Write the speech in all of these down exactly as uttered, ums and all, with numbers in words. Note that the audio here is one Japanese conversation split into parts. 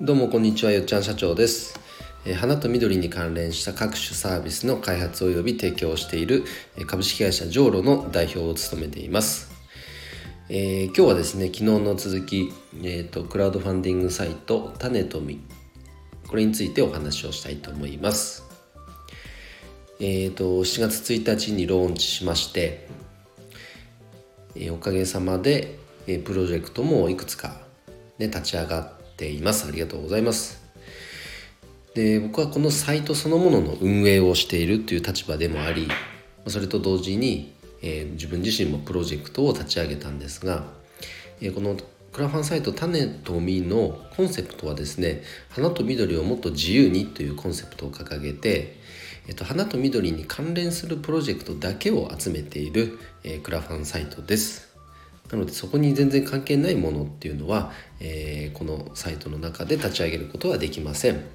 どうもこんにちは、よっちゃん社長です。えー花と緑に関連した各種サービスの開発及び提供をしているえー株式会社ジョーロの代表を務めています。えー今日はですね、昨日の続き、えーと、クラウドファンディングサイト種とみ、これについてお話をしたいと思います。えーと、しちがつついたちにローンチしまして、えーおかげさまで、えープロジェクトもいくつか、ね、立ち上がっています。ありがとうございます。で、僕はこのサイトそのものの運営をしているという立場でもあり、それと同時に、えー自分自身もプロジェクトを立ち上げたんですが、えーこのクラファンサイト種とみのコンセプトはですね、花と緑をもっと自由にというコンセプトを掲げて、えーと、花と緑に関連するプロジェクトだけを集めている、えークラファンサイトです。なのでそこに全然関係ないものっていうのは、えーこのサイトの中で立ち上げることはできません。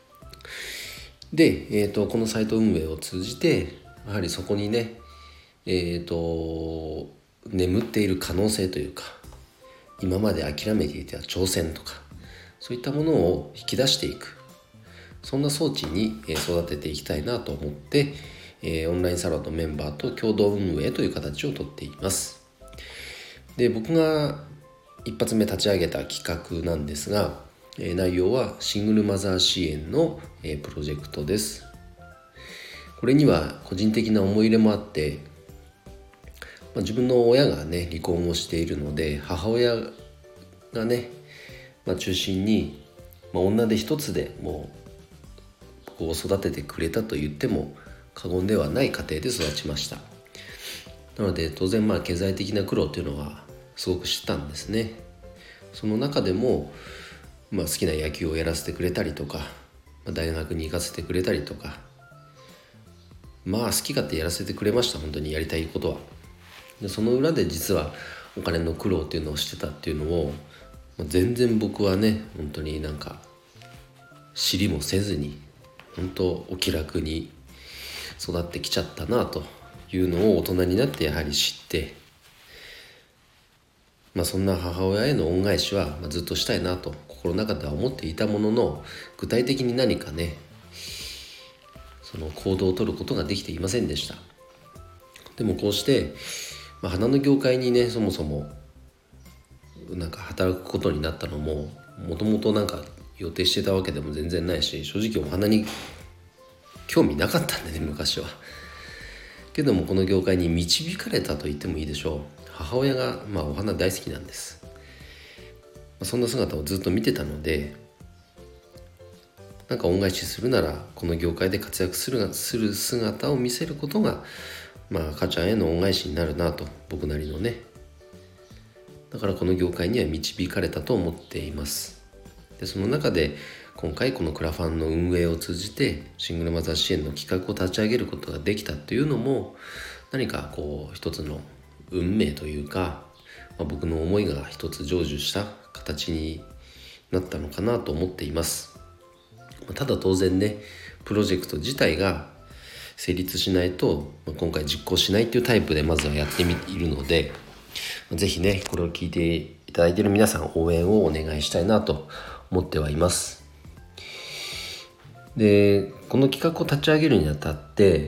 で、えーと、このサイト運営を通じてやはりそこにね、えーと、眠っている可能性というか、今まで諦めていた挑戦とか、そういったものを引き出していく、そんな装置に育てていきたいなと思って、えーオンラインサロンのメンバーと共同運営という形をとっています。で、僕が一発目立ち上げた企画なんですが、えー内容はシングルマザー支援の、えープロジェクトです。これには個人的な思い入れもあって、まあ、自分の親がね離婚をしているので、母親がね、まあ、中心に、まあ、女手一つでもう僕を育ててくれたと言っても過言ではない家庭で育ちました。なので当然まあ経済的な苦労というのはすごく知ったんですね。その中でも、まあ、好きな野球をやらせてくれたりとか、まあ、大学に行かせてくれたりとか、まあ好き勝手やらせてくれました。本当にやりたいことは。でその裏で実はお金の苦労っていうのをしてたっていうのを、まあ全然僕はね本当になんか知りもせずに、本当お気楽に育ってきちゃったなというのを大人になってやはり知って、まあ、そんな母親への恩返しはずっとしたいなと心の中では思っていたものの、具体的に何かねその行動を取ることができていませんでした。でもこうして、まあ、花の業界にねそもそもなんか働くことになったのも、もともとなんか予定してたわけでも全然ないし、正直お花に興味なかったんでね昔は。けどもこの業界に導かれたと言ってもいいでしょう。母親が、まあ、お花大好きなんです。そんな姿をずっと見てたので、なんか恩返しするならこの業界で活躍するする姿を見せることが、まあ母ちゃんへの恩返しになるなと、僕なりのね。だからこの業界には導かれたと思っています。でその中で今回このクラファンの運営を通じてシングルマザー支援の企画を立ち上げることができたというのも、何かこう一つの運命というか、まあ、僕の思いが一つ成就した形になったのかなと思っています。ただ当然ね、プロジェクト自体が成立しないと、まあ、今回実行しないというタイプでまずはやってみいるので、ぜひねこれを聞いていただいている皆さん、応援をお願いしたいなと思ってはいます。でこの企画を立ち上げるにあたって、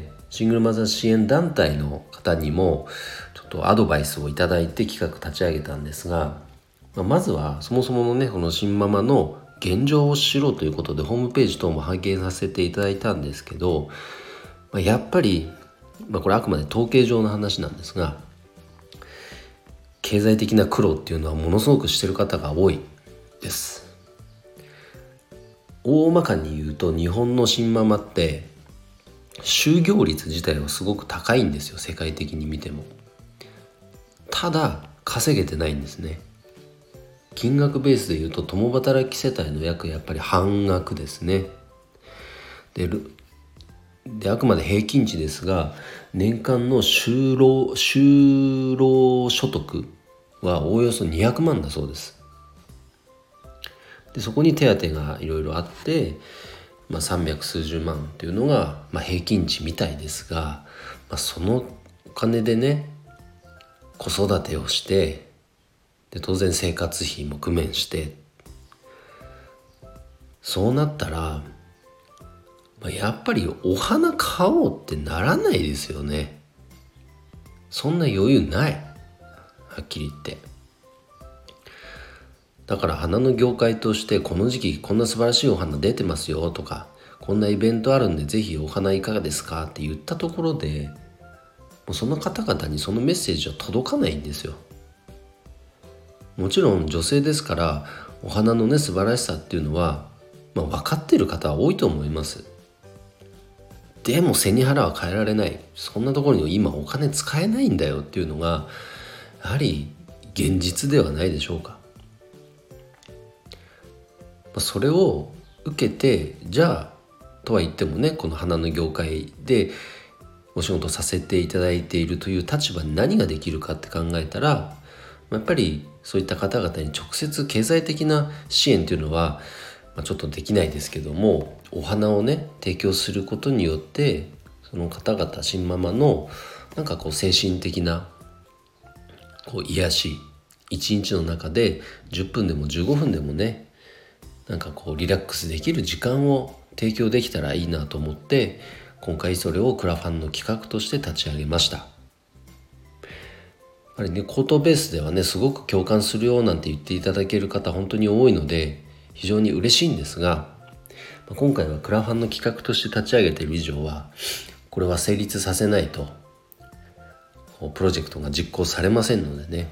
シングルマザー支援団体の方にもちょっとアドバイスをいただいて企画立ち上げたんですが、まあ、まずはそもそものねこの新ママの現状を知ろうということでホームページ等も拝見させていただいたんですけど、まあ、やっぱり、まあ、これあくまで統計上の話なんですが、経済的な苦労っていうのはものすごくしてる方が多いです。大まかに言うと日本の新ママって就業率自体はすごく高いんですよ、世界的に見ても。ただ稼げてないんですね。金額ベースで言うと共働き世帯の約やっぱり半額ですね。でであくまで平均値ですが、年間の就労就労所得はおおよそにひゃくまんだそうです。でそこに手当がいろいろあって、まあ、さんびゃくすうじゅうまんというのが、まあ、平均値みたいですが、まあ、そのお金でね子育てをして、で当然生活費も工面して、 そうなったら、まあ、やっぱりお花買おうってならないですよね。そんな余裕ない、はっきり言って。だから花の業界としてこの時期こんな素晴らしいお花出てますよとか、こんなイベントあるんでぜひお花いかがですかって言ったところで、もうその方々にそのメッセージは届かないんですよ。もちろん女性ですからお花のね素晴らしさっていうのは、まあ、分かっている方は多いと思います。でも背に腹は変えられない、そんなところに今お金使えないんだよっていうのがやはり現実ではないでしょうか。それを受けて、じゃあとは言ってもね、この花の業界でお仕事させていただいているという立場に何ができるかって考えたら、やっぱりそういった方々に直接経済的な支援というのは、まあ、ちょっとできないですけども、お花をね提供することによってその方々新ママのなんかこう精神的なこう癒し、一日の中でじゅっぷんでもじゅうごふんでもね、なんかこうリラックスできる時間を提供できたらいいなと思って、今回それをクラファンの企画として立ち上げました。やっぱりね、口頭ベースではねすごく共感するよなんて言っていただける方本当に多いので非常に嬉しいんですが、今回はクラファンの企画として立ち上げている以上はこれは成立させないとプロジェクトが実行されませんのでね、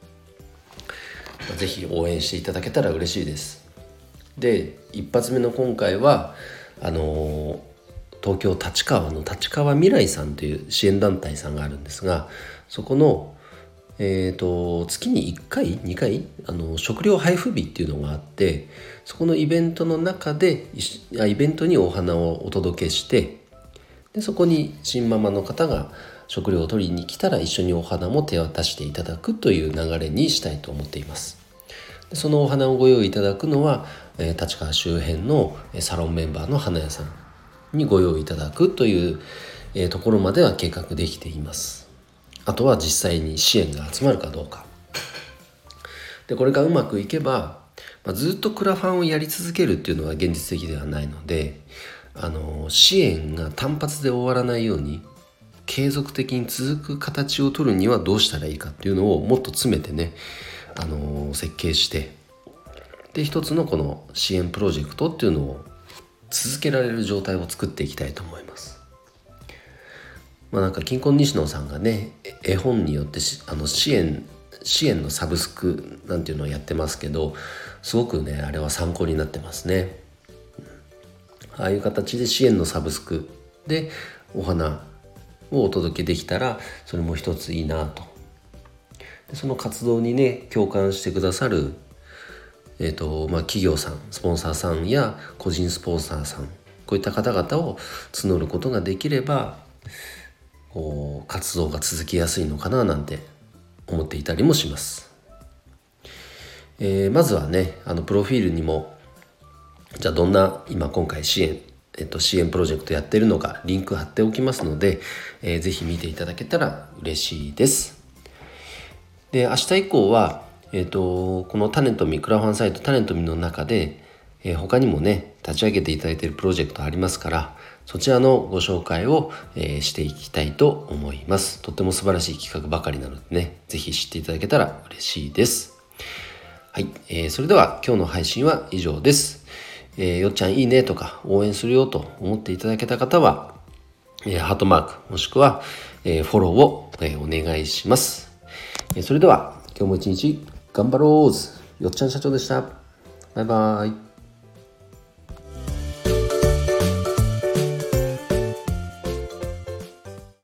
ぜひ応援していただけたら嬉しいです。で、一発目の今回はあの東京立川の立川未来さんという支援団体さんがあるんですが、そこのえーと、月にいっかいにかいあの食料配布日っていうのがあって、そこのイベントの中でイベントにお花をお届けして、でそこに新ママの方が食料を取りに来たら一緒にお花も手渡していただくという流れにしたいと思っています。でそのお花をご用意いただくのは、えー、立川周辺のサロンメンバーの花屋さんにご用意いただくという、えー、ところまでは計画できています。あとは実際に支援が集まるかどうかで、これがうまくいけば、まあ、ずっとクラファンをやり続けるっていうのは現実的ではないので、あの支援が単発で終わらないように継続的に続く形を取るにはどうしたらいいかっていうのをもっと詰めてね、あの設計して、で一つのこの支援プロジェクトっていうのを続けられる状態を作っていきたいと思います。まあ、なんか金婚西野さんがね絵本によってあの支援支援のサブスクなんていうのをやってますけど、すごくねあれは参考になってますね。ああいう形で支援のサブスクでお花をお届けできたらそれも一ついいなと。でその活動にね共感してくださる、えーとまあ、企業さん、スポンサーさんや個人スポンサーさん、こういった方々を募ることができればこう活動が続きやすいのかななんて思っていたりもします。えー、まずはねあのプロフィールにもじゃあどんな今今回支援、えっと、支援プロジェクトやってるのかリンク貼っておきますので、えー、ぜひ見ていただけたら嬉しいです。で明日以降は、えー、とこのタネントミクラファンサイトタネントミの中で、えー、他にもね立ち上げていただいているプロジェクトありますから、そちらのご紹介を、えー、していきたいと思います。とっても素晴らしい企画ばかりなのでね、ぜひ知っていただけたら嬉しいです。はい、えー、それでは今日の配信は以上です。えー、よっちゃんいいねとか応援するよと思っていただけた方は、えー、ハートマークもしくは、えー、フォローを、えー、お願いします。えー、それでは今日も一日頑張ろう。よっちゃん社長でした。バイバイ。